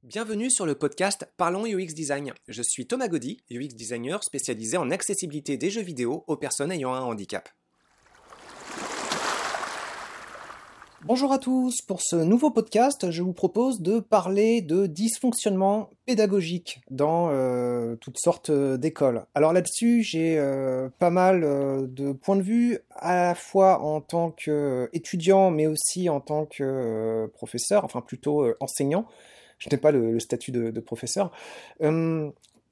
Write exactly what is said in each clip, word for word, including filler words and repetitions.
Bienvenue sur le podcast Parlons U X Design. Je suis Thomas Gaudy, U X designer spécialisé en accessibilité des jeux vidéo aux personnes ayant un handicap. Bonjour à tous, pour ce nouveau podcast, je vous propose de parler de dysfonctionnement pédagogique dans euh, toutes sortes d'écoles. Alors là-dessus, j'ai euh, pas mal euh, de points de vue, à la fois en tant qu'étudiant, mais aussi en tant que euh, professeur, enfin plutôt euh, enseignant. Je n'ai pas le, le statut de, de professeur. Euh,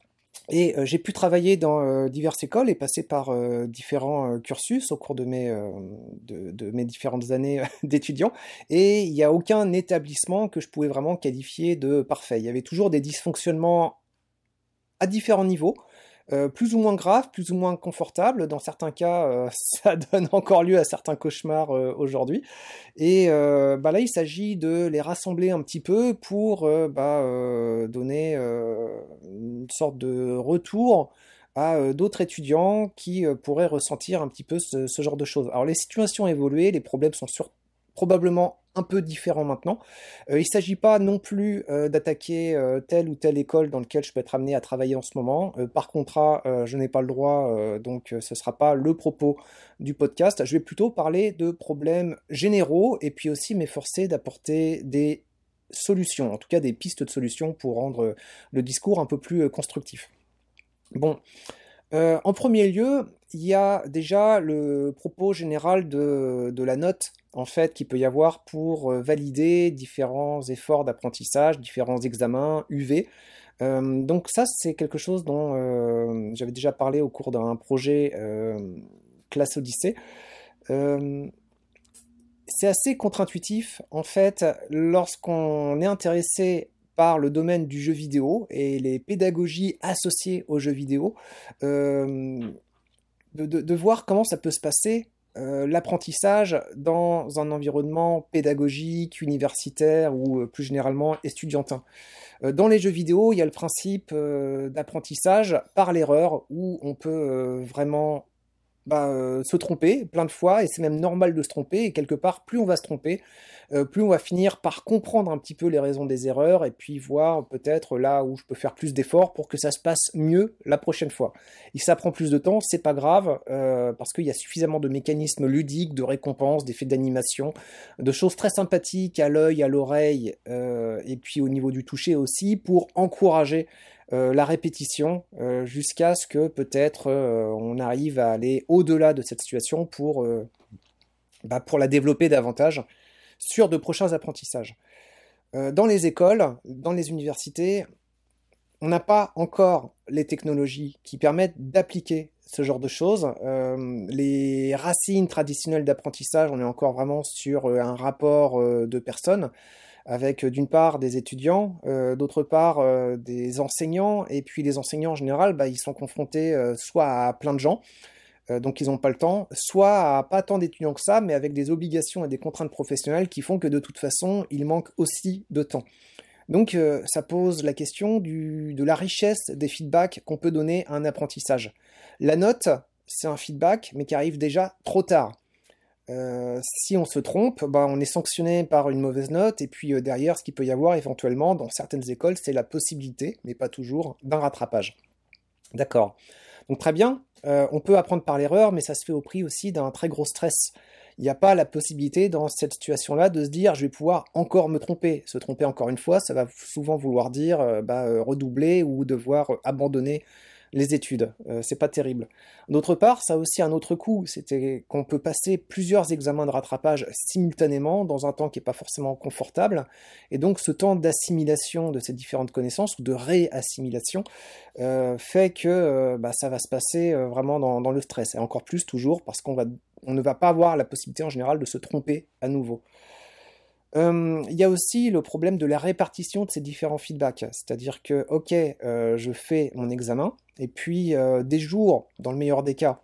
Et euh, j'ai pu travailler dans euh, diverses écoles et passer par euh, différents euh, cursus au cours de mes, euh, de, de mes différentes années d'étudiant. Et il n'y a aucun établissement que je pouvais vraiment qualifier de parfait. Il y avait toujours des dysfonctionnements à différents niveaux, euh, plus ou moins graves, plus ou moins confortables. Dans certains cas, euh, ça donne encore lieu à certains cauchemars euh, aujourd'hui. Et euh, bah là, il s'agit de les rassembler un petit peu pour euh, bah, euh, donner euh, une sorte de retour à euh, d'autres étudiants qui euh, pourraient ressentir un petit peu ce, ce genre de choses. Alors les situations ont évolué, les problèmes sont sur- probablement un peu différents maintenant. Euh, il ne s'agit pas non plus euh, d'attaquer euh, telle ou telle école dans laquelle je peux être amené à travailler en ce moment. Euh, par contrat, euh, je n'ai pas le droit, euh, donc euh, ce ne sera pas le propos du podcast. Je vais plutôt parler de problèmes généraux et puis aussi m'efforcer d'apporter des solutions, en tout cas des pistes de solutions pour rendre le discours un peu plus euh, constructif. Bon, euh, en premier lieu, il y a déjà le propos général de, de la note en fait qu'il peut y avoir pour euh, valider différents efforts d'apprentissage, différents examens U V. Euh, donc ça, c'est quelque chose dont euh, j'avais déjà parlé au cours d'un projet euh, Classe Odyssée. Euh, c'est assez contre-intuitif, en fait, lorsqu'on est intéressé par le domaine du jeu vidéo et les pédagogies associées au jeu vidéo, euh, de, de, de voir comment ça peut se passer, euh, l'apprentissage dans un environnement pédagogique, universitaire ou euh, plus généralement estudiantin. Euh, dans les jeux vidéo, il y a le principe euh, d'apprentissage par l'erreur où on peut euh, vraiment bah, euh, se tromper plein de fois, et c'est même normal de se tromper, et quelque part, plus on va se tromper, euh, plus on va finir par comprendre un petit peu les raisons des erreurs, et puis voir peut-être là où je peux faire plus d'efforts pour que ça se passe mieux la prochaine fois. Et ça prend plus de temps, c'est pas grave, euh, parce qu'il y a suffisamment de mécanismes ludiques, de récompenses, d'effets d'animation, de choses très sympathiques à l'œil, à l'oreille, euh, et puis au niveau du toucher aussi, pour encourager Euh, la répétition euh, jusqu'à ce que peut-être euh, on arrive à aller au-delà de cette situation pour, euh, bah, pour la développer davantage sur de prochains apprentissages. Euh, dans les écoles, dans les universités, on n'a pas encore les technologies qui permettent d'appliquer ce genre de choses. Euh, les racines traditionnelles d'apprentissage, on est encore vraiment sur euh, un rapport euh, de personnes avec d'une part des étudiants, euh, d'autre part euh, des enseignants, et puis les enseignants en général, bah, ils sont confrontés euh, soit à plein de gens, euh, donc ils n'ont pas le temps, soit à pas tant d'étudiants que ça, mais avec des obligations et des contraintes professionnelles qui font que de toute façon, il manque aussi de temps. Donc euh, ça pose la question du, de la richesse des feedbacks qu'on peut donner à un apprentissage. La note, c'est un feedback, mais qui arrive déjà trop tard. Euh, si on se trompe, bah, on est sanctionné par une mauvaise note, et puis euh, derrière, ce qu'il peut y avoir éventuellement dans certaines écoles, c'est la possibilité, mais pas toujours, d'un rattrapage. D'accord. Donc très bien, euh, on peut apprendre par l'erreur, mais ça se fait au prix aussi d'un très gros stress. Il n'y a pas la possibilité dans cette situation-là de se dire je vais pouvoir encore me tromper. Se tromper encore une fois, ça va souvent vouloir dire euh, bah, euh, redoubler ou devoir euh, abandonner les études. Euh, c'est pas terrible. D'autre part, ça a aussi un autre coût, c'était qu'on peut passer plusieurs examens de rattrapage simultanément dans un temps qui n'est pas forcément confortable, et donc ce temps d'assimilation de ces différentes connaissances ou de réassimilation euh, fait que euh, bah, ça va se passer euh, vraiment dans, dans le stress, et encore plus toujours parce qu'on va, on ne va pas avoir la possibilité en général de se tromper à nouveau. Euh, Il y a aussi le problème de la répartition de ces différents feedbacks. C'est-à-dire que, ok, euh, je fais mon examen, et puis euh, des jours, dans le meilleur des cas,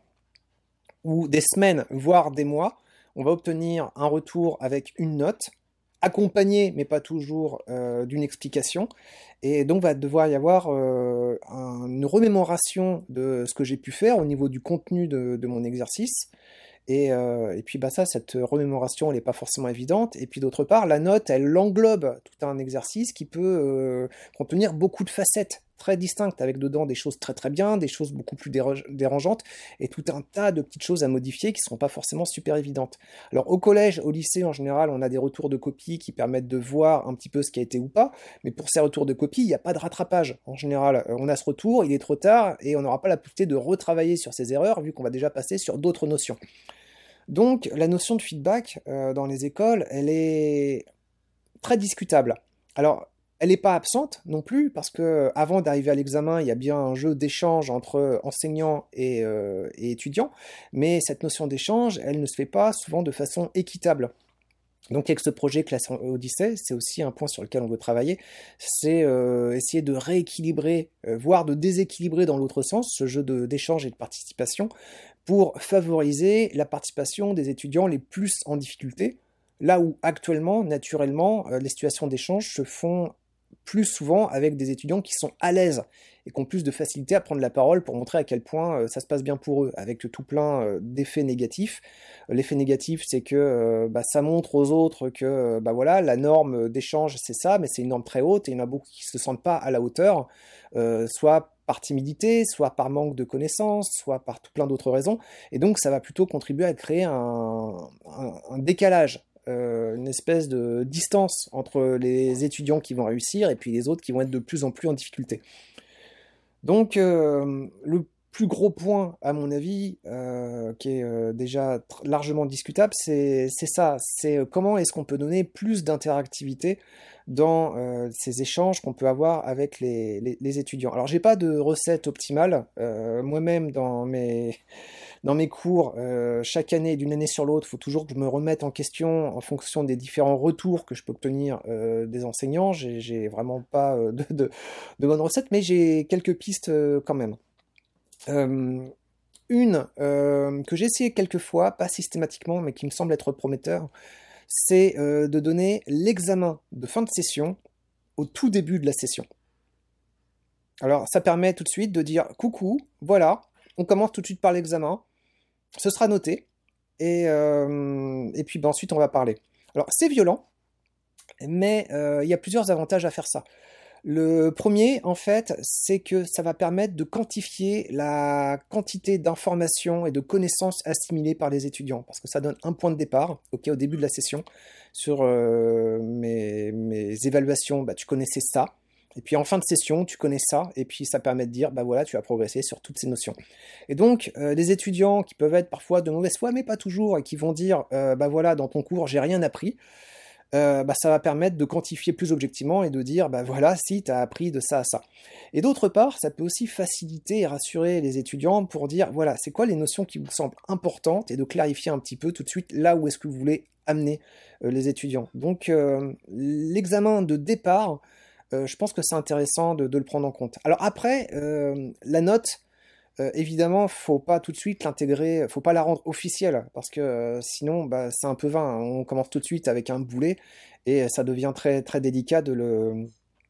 ou des semaines, voire des mois, on va obtenir un retour avec une note, accompagnée, mais pas toujours, euh, d'une explication. Et donc va devoir y avoir euh, un- une remémoration de ce que j'ai pu faire au niveau du contenu de, de mon exercice. Et, euh, et puis bah ça, cette remémoration, elle n'est pas forcément évidente. Et puis d'autre part, la note, elle englobe tout un exercice qui peut euh, contenir beaucoup de facettes très distinctes, avec dedans des choses très très bien, des choses beaucoup plus dérangeantes, et tout un tas de petites choses à modifier qui ne sont pas forcément super évidentes. Alors au collège, au lycée en général, on a des retours de copies qui permettent de voir un petit peu ce qui a été ou pas, mais pour ces retours de copies, il n'y a pas de rattrapage. En général, on a ce retour, il est trop tard, et on n'aura pas la possibilité de retravailler sur ces erreurs, vu qu'on va déjà passer sur d'autres notions. Donc la notion de feedback euh, dans les écoles, elle est très discutable. Alors, elle n'est pas absente non plus, parce que avant d'arriver à l'examen, il y a bien un jeu d'échange entre enseignants et, euh, et étudiants, mais cette notion d'échange, elle ne se fait pas souvent de façon équitable. Donc avec ce projet Classe Odyssée, c'est aussi un point sur lequel on veut travailler, c'est euh, essayer de rééquilibrer, euh, voire de déséquilibrer dans l'autre sens, ce jeu de, d'échange et de participation, pour favoriser la participation des étudiants les plus en difficulté, là où actuellement, naturellement, euh, les situations d'échange se font plus souvent avec des étudiants qui sont à l'aise et qui ont plus de facilité à prendre la parole pour montrer à quel point euh, ça se passe bien pour eux, avec tout plein euh, d'effets négatifs. L'effet négatif, c'est que euh, bah, ça montre aux autres que euh, bah, voilà, la norme d'échange, c'est ça, mais c'est une norme très haute, et il y en a beaucoup qui ne se sentent pas à la hauteur, euh, soit par timidité, soit par manque de connaissances, soit par tout plein d'autres raisons, et donc ça va plutôt contribuer à créer un, un, un décalage, euh, une espèce de distance entre les étudiants qui vont réussir et puis les autres qui vont être de plus en plus en difficulté. Donc euh, le plus gros point, à mon avis, euh, qui est euh, déjà tr- largement discutable, c'est c'est ça, c'est euh, comment est-ce qu'on peut donner plus d'interactivité dans euh, ces échanges qu'on peut avoir avec les, les, les étudiants. Alors j'ai pas de recette optimale, euh, moi-même dans mes, dans mes cours, euh, chaque année, d'une année sur l'autre, il faut toujours que je me remette en question en fonction des différents retours que je peux obtenir euh, des enseignants. J'ai, j'ai vraiment pas euh, de, de, de bonnes recettes, mais j'ai quelques pistes euh, quand même. Euh, une euh, que j'ai essayé quelques fois, pas systématiquement, mais qui me semble être prometteur, c'est euh, de donner l'examen de fin de session au tout début de la session. Alors ça permet tout de suite de dire coucou, voilà, on commence tout de suite par l'examen, ce sera noté, et, euh, et puis ben, ensuite on va parler. Alors c'est violent, mais euh, il y a plusieurs avantages à faire ça. Le premier, en fait, c'est que ça va permettre de quantifier la quantité d'informations et de connaissances assimilées par les étudiants, parce que ça donne un point de départ, ok, au début de la session, sur euh, mes, mes évaluations, bah, tu connaissais ça, et puis en fin de session, tu connais ça, et puis ça permet de dire, bah voilà, tu as progressé sur toutes ces notions. Et donc, euh, des étudiants qui peuvent être parfois de mauvaise foi, mais pas toujours, et qui vont dire, euh, bah voilà, dans ton cours, j'ai rien appris, Euh, bah, ça va permettre de quantifier plus objectivement et de dire, bah voilà, si tu as appris de ça à ça. Et d'autre part, ça peut aussi faciliter et rassurer les étudiants pour dire, voilà, c'est quoi les notions qui vous semblent importantes, et de clarifier un petit peu tout de suite là où est-ce que vous voulez amener euh, les étudiants. Donc euh, l'examen de départ, euh, je pense que c'est intéressant de, de le prendre en compte. Alors après, euh, la note, euh, évidemment, faut pas tout de suite l'intégrer, faut pas la rendre officielle, parce que euh, sinon, bah, c'est un peu vain, hein. On commence tout de suite avec un boulet, et ça devient très, très délicat de le,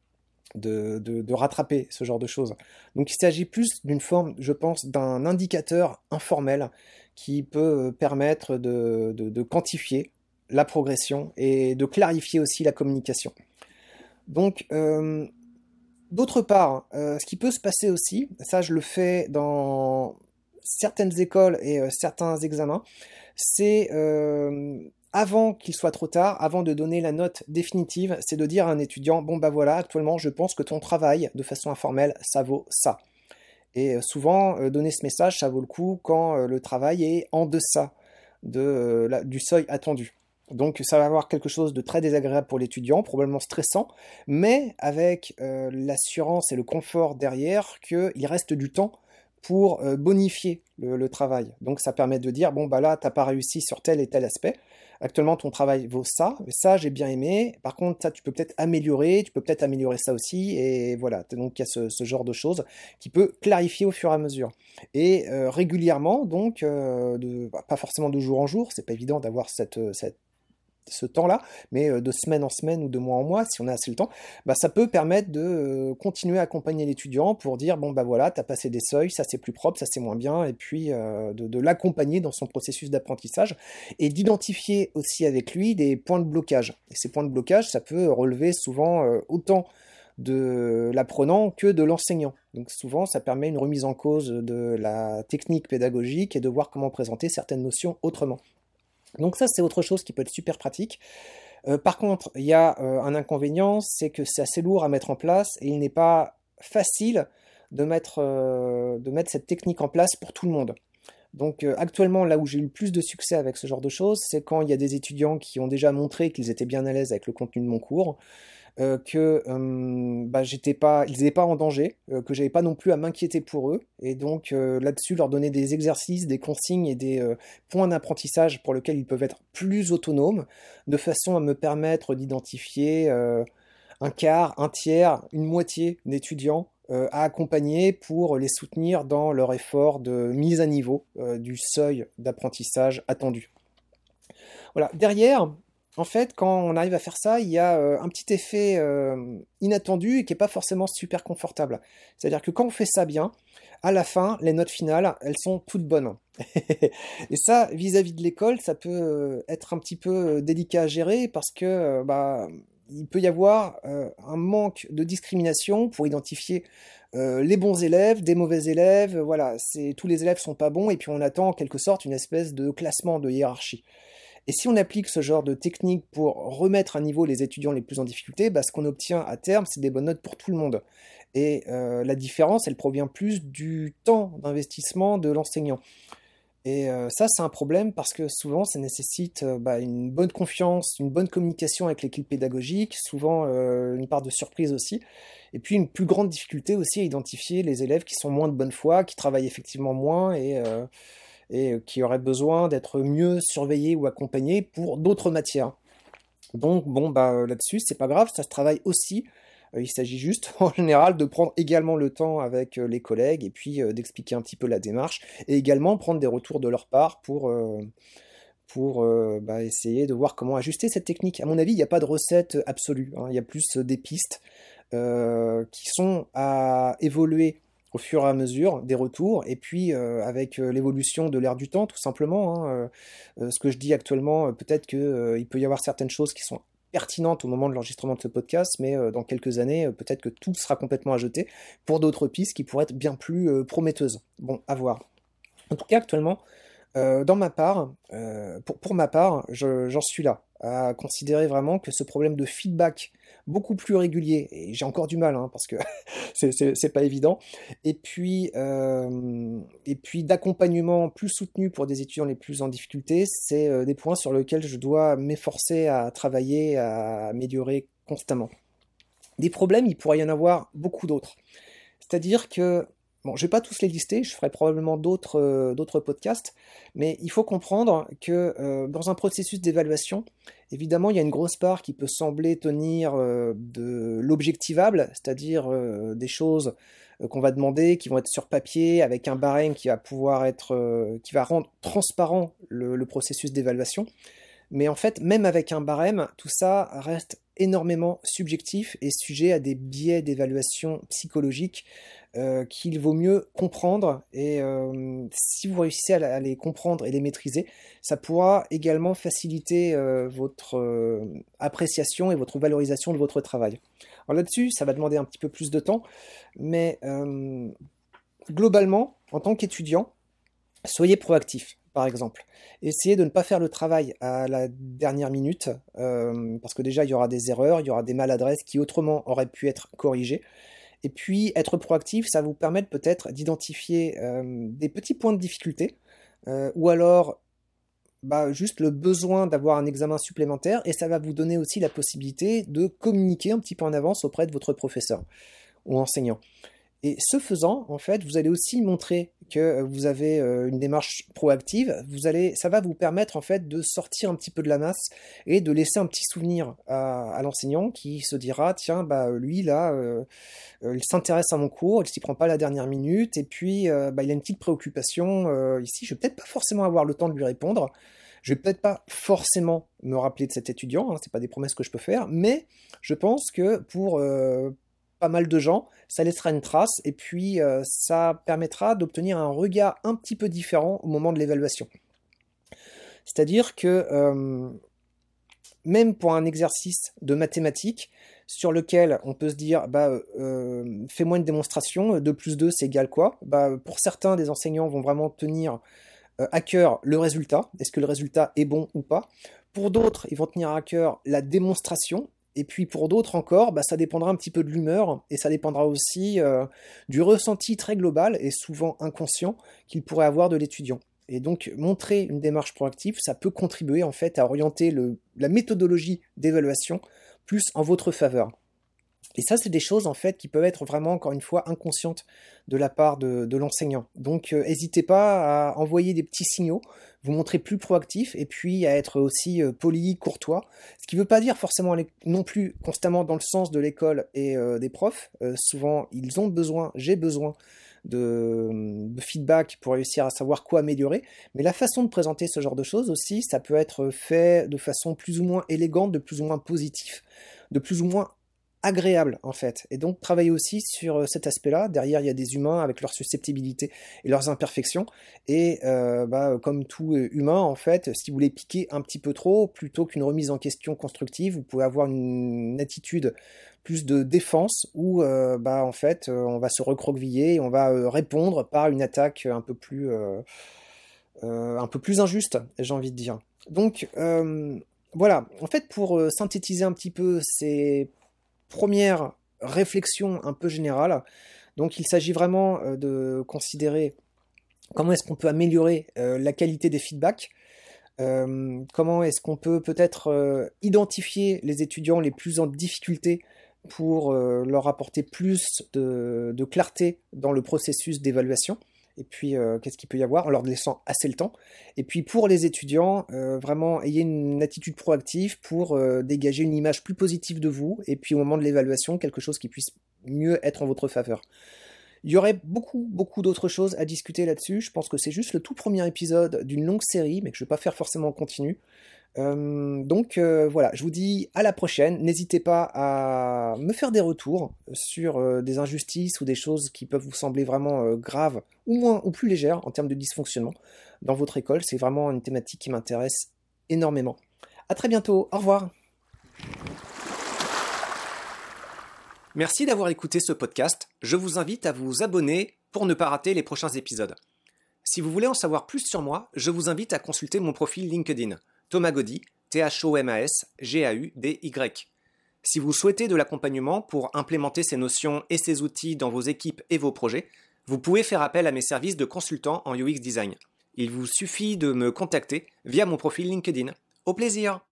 de, de, de rattraper ce genre de choses. Donc il s'agit plus d'une forme, je pense, d'un indicateur informel qui peut permettre de, de, de quantifier la progression et de clarifier aussi la communication. Donc, euh, d'autre part, euh, ce qui peut se passer aussi, ça je le fais dans certaines écoles et euh, certains examens, c'est euh, avant qu'il soit trop tard, avant de donner la note définitive, c'est de dire à un étudiant, bon bah voilà, actuellement je pense que ton travail, de façon informelle, ça vaut ça. Et euh, souvent, euh, donner ce message, ça vaut le coup quand euh, le travail est en deçà de, euh, la- du seuil attendu. Donc ça va avoir quelque chose de très désagréable pour l'étudiant, probablement stressant, mais avec euh, l'assurance et le confort derrière qu'il reste du temps pour euh, bonifier le, le travail. Donc ça permet de dire, bon bah là, t'as pas réussi sur tel et tel aspect, actuellement ton travail vaut ça, ça j'ai bien aimé, par contre ça tu peux peut-être améliorer, tu peux peut-être améliorer ça aussi, et voilà, donc il y a ce, ce genre de choses qui peut clarifier au fur et à mesure. Et euh, régulièrement, donc, euh, de, bah, pas forcément de jour en jour, c'est pas évident d'avoir cette, cette ce temps-là, mais euh, de semaine en semaine ou de mois en mois, si on a assez le temps, bah, ça peut permettre de euh, continuer à accompagner l'étudiant pour dire, bon bah voilà, t'as passé des seuils, ça c'est plus propre, ça c'est moins bien, et puis euh, de, de l'accompagner dans son processus d'apprentissage, et d'identifier aussi avec lui des points de blocage. Et ces points de blocage, ça peut relever souvent euh, autant de l'apprenant que de l'enseignant. Donc souvent, ça permet une remise en cause de la technique pédagogique et de voir comment présenter certaines notions autrement. Donc ça, c'est autre chose qui peut être super pratique. Euh, par contre, il y a euh, un inconvénient, c'est que c'est assez lourd à mettre en place et il n'est pas facile de mettre, euh, de mettre cette technique en place pour tout le monde. Donc euh, actuellement, là où j'ai eu le plus de succès avec ce genre de choses, c'est quand il y a des étudiants qui ont déjà montré qu'ils étaient bien à l'aise avec le contenu de mon cours, euh, que euh, bah, j'étais pas, ils n'étaient pas en danger, euh, que j'avais pas non plus à m'inquiéter pour eux, et donc euh, là-dessus leur donner des exercices, des consignes et des euh, points d'apprentissage pour lesquels ils peuvent être plus autonomes, de façon à me permettre d'identifier euh, un quart, un tiers, une moitié d'étudiants euh, à accompagner pour les soutenir dans leur effort de mise à niveau euh, du seuil d'apprentissage attendu. Voilà. Derrière, en fait, quand on arrive à faire ça, il y a euh, un petit effet euh, inattendu et qui n'est pas forcément super confortable. C'est-à-dire que quand on fait ça bien, à la fin, les notes finales, elles sont toutes bonnes. Et ça, vis-à-vis de l'école, ça peut euh, être un petit peu euh, délicat à gérer parce que euh, bah, il peut y avoir euh, un manque de discrimination pour identifier euh, les bons élèves, des mauvais élèves. Voilà, c'est tous les élèves sont pas bons et puis on attend en quelque sorte une espèce de classement, de hiérarchie. Et si on applique ce genre de technique pour remettre à niveau les étudiants les plus en difficulté, bah, ce qu'on obtient à terme, c'est des bonnes notes pour tout le monde. Et euh, la différence, elle provient plus du temps d'investissement de l'enseignant. Et euh, ça, c'est un problème parce que souvent, ça nécessite euh, bah, une bonne confiance, une bonne communication avec l'équipe pédagogique, souvent euh, une part de surprise aussi, et puis une plus grande difficulté aussi à identifier les élèves qui sont moins de bonne foi, qui travaillent effectivement moins et, euh, et qui auraient besoin d'être mieux surveillés ou accompagnés pour d'autres matières. Donc, bon, bah, là-dessus, c'est pas grave, ça se travaille aussi. Euh, Il s'agit juste, en général, de prendre également le temps avec euh, les collègues et puis euh, d'expliquer un petit peu la démarche et également prendre des retours de leur part pour, euh, pour euh, bah, essayer de voir comment ajuster cette technique. À mon avis, il n'y a pas de recette absolue, hein. Il y a plus euh, des pistes euh, qui sont à évoluer au fur et à mesure des retours, et puis euh, avec euh, l'évolution de l'ère du temps, tout simplement, hein, euh, euh, ce que je dis actuellement, euh, peut-être qu'il euh, peut y avoir certaines choses qui sont pertinentes au moment de l'enregistrement de ce podcast, mais euh, dans quelques années, euh, peut-être que tout sera complètement à jeter pour d'autres pistes qui pourraient être bien plus euh, prometteuses. Bon, à voir. En tout cas, actuellement, euh, dans ma part, euh, pour, pour ma part, je- j'en suis là, à considérer vraiment que ce problème de feedback beaucoup plus régulier, et j'ai encore du mal, hein, parce que c'est c'est- c'est pas évident, et puis, euh, et puis d'accompagnement plus soutenu pour des étudiants les plus en difficulté, c'est euh, des points sur lesquels je dois m'efforcer à travailler, à améliorer constamment. Des problèmes, il pourrait y en avoir beaucoup d'autres. C'est-à-dire que, bon, je vais pas tous les lister, je ferai probablement d'autres euh, d'autres podcasts, mais il faut comprendre que euh, dans un processus d'évaluation, évidemment, il y a une grosse part qui peut sembler tenir euh, de l'objectivable, c'est-à-dire euh, des choses euh, qu'on va demander, qui vont être sur papier, avec un barème qui va pouvoir être, euh, qui va rendre transparent le, le processus d'évaluation. Mais en fait, même avec un barème, tout ça reste énormément subjectif et sujet à des biais d'évaluation psychologique euh, qu'il vaut mieux comprendre. Et euh, si vous réussissez à, à les comprendre et les maîtriser, ça pourra également faciliter euh, votre euh, appréciation et votre valorisation de votre travail. Alors là-dessus, ça va demander un petit peu plus de temps, mais euh, globalement, en tant qu'étudiant, soyez proactif, par exemple. Essayez de ne pas faire le travail à la dernière minute, euh, parce que déjà, il y aura des erreurs, il y aura des maladresses qui autrement auraient pu être corrigées. Et puis, être proactif, ça va vous permettre peut-être d'identifier euh, des petits points de difficulté, euh, ou alors bah, juste le besoin d'avoir un examen supplémentaire, et ça va vous donner aussi la possibilité de communiquer un petit peu en avance auprès de votre professeur ou enseignant. Et ce faisant, en fait, vous allez aussi montrer que vous avez euh, une démarche proactive. Vous allez, ça va vous permettre en fait de sortir un petit peu de la masse et de laisser un petit souvenir à, à l'enseignant qui se dira, tiens, bah lui là, euh, euh, il s'intéresse à mon cours, il s'y prend pas à la dernière minute, et puis euh, bah, il a une petite préoccupation euh, ici. Je vais peut-être pas forcément avoir le temps de lui répondre. Je vais peut-être pas forcément me rappeler de cet étudiant, hein, c'est pas des promesses que je peux faire, mais je pense que pour euh, pas mal de gens, ça laissera une trace et puis euh, ça permettra d'obtenir un regard un petit peu différent au moment de l'évaluation. C'est-à-dire que euh, même pour un exercice de mathématiques sur lequel on peut se dire bah, euh, fais-moi une démonstration, deux plus deux c'est égal quoi, bah, pour certains des enseignants vont vraiment tenir euh, à cœur le résultat, est-ce que le résultat est bon ou pas. Pour d'autres, ils vont tenir à cœur la démonstration, et puis pour d'autres encore, bah, ça dépendra un petit peu de l'humeur, et ça dépendra aussi euh, du ressenti très global, et souvent inconscient, qu'il pourrait avoir de l'étudiant. Et donc, montrer une démarche proactive, ça peut contribuer en fait à orienter le, la méthodologie d'évaluation plus en votre faveur. Et ça, c'est des choses en fait qui peuvent être vraiment, encore une fois, inconscientes de la part de, de l'enseignant. Donc, n'hésitez euh, pas à envoyer des petits signaux, vous montrer plus proactif et puis à être aussi euh, poli, courtois. Ce qui ne veut pas dire forcément aller non plus constamment dans le sens de l'école et euh, des profs. Euh, souvent, ils ont besoin, j'ai besoin de, de feedback pour réussir à savoir quoi améliorer. Mais la façon de présenter ce genre de choses aussi, ça peut être fait de façon plus ou moins élégante, de plus ou moins positif, de plus ou moins agréable en fait. Et donc travailler aussi sur cet aspect-là. Derrière, il y a des humains avec leurs susceptibilités et leurs imperfections. Et euh, bah, comme tout humain, en fait, si vous les piquez un petit peu trop, plutôt qu'une remise en question constructive, vous pouvez avoir une, une attitude plus de défense où euh, bah, en fait, on va se recroqueviller et on va euh, répondre par une attaque un peu plus, euh, euh, un peu plus injuste, j'ai envie de dire. Donc euh, voilà, en fait, pour euh, synthétiser un petit peu ces première réflexion un peu générale. Donc il s'agit vraiment euh, de considérer comment est-ce qu'on peut améliorer euh, la qualité des feedbacks, euh, comment est-ce qu'on peut peut-être euh, identifier les étudiants les plus en difficulté pour euh, leur apporter plus de, de clarté dans le processus d'évaluation. Et puis, euh, qu'est-ce qu'il peut y avoir en leur laissant assez le temps. Et puis, pour les étudiants, euh, vraiment, ayez une attitude proactive pour euh, dégager une image plus positive de vous. Et puis, au moment de l'évaluation, quelque chose qui puisse mieux être en votre faveur. Il y aurait beaucoup, beaucoup d'autres choses à discuter là-dessus. Je pense que c'est juste le tout premier épisode d'une longue série, mais que je ne vais pas faire forcément en continu. Euh, donc euh, voilà, je vous dis à la prochaine. N'hésitez pas à me faire des retours sur euh, des injustices ou des choses qui peuvent vous sembler vraiment euh, graves ou moins ou plus légères en termes de dysfonctionnement dans votre école. C'est vraiment une thématique qui m'intéresse énormément. À très bientôt, au revoir. Merci d'avoir écouté ce podcast. Je vous invite à vous abonner pour ne pas rater les prochains épisodes. Si vous voulez en savoir plus sur moi, je vous invite à consulter mon profil LinkedIn. Thomas Gaudy, T H O M A S G A U D Y. Si vous souhaitez de l'accompagnement pour implémenter ces notions et ces outils dans vos équipes et vos projets, vous pouvez faire appel à mes services de consultant en U X Design. Il vous suffit de me contacter via mon profil LinkedIn. Au plaisir!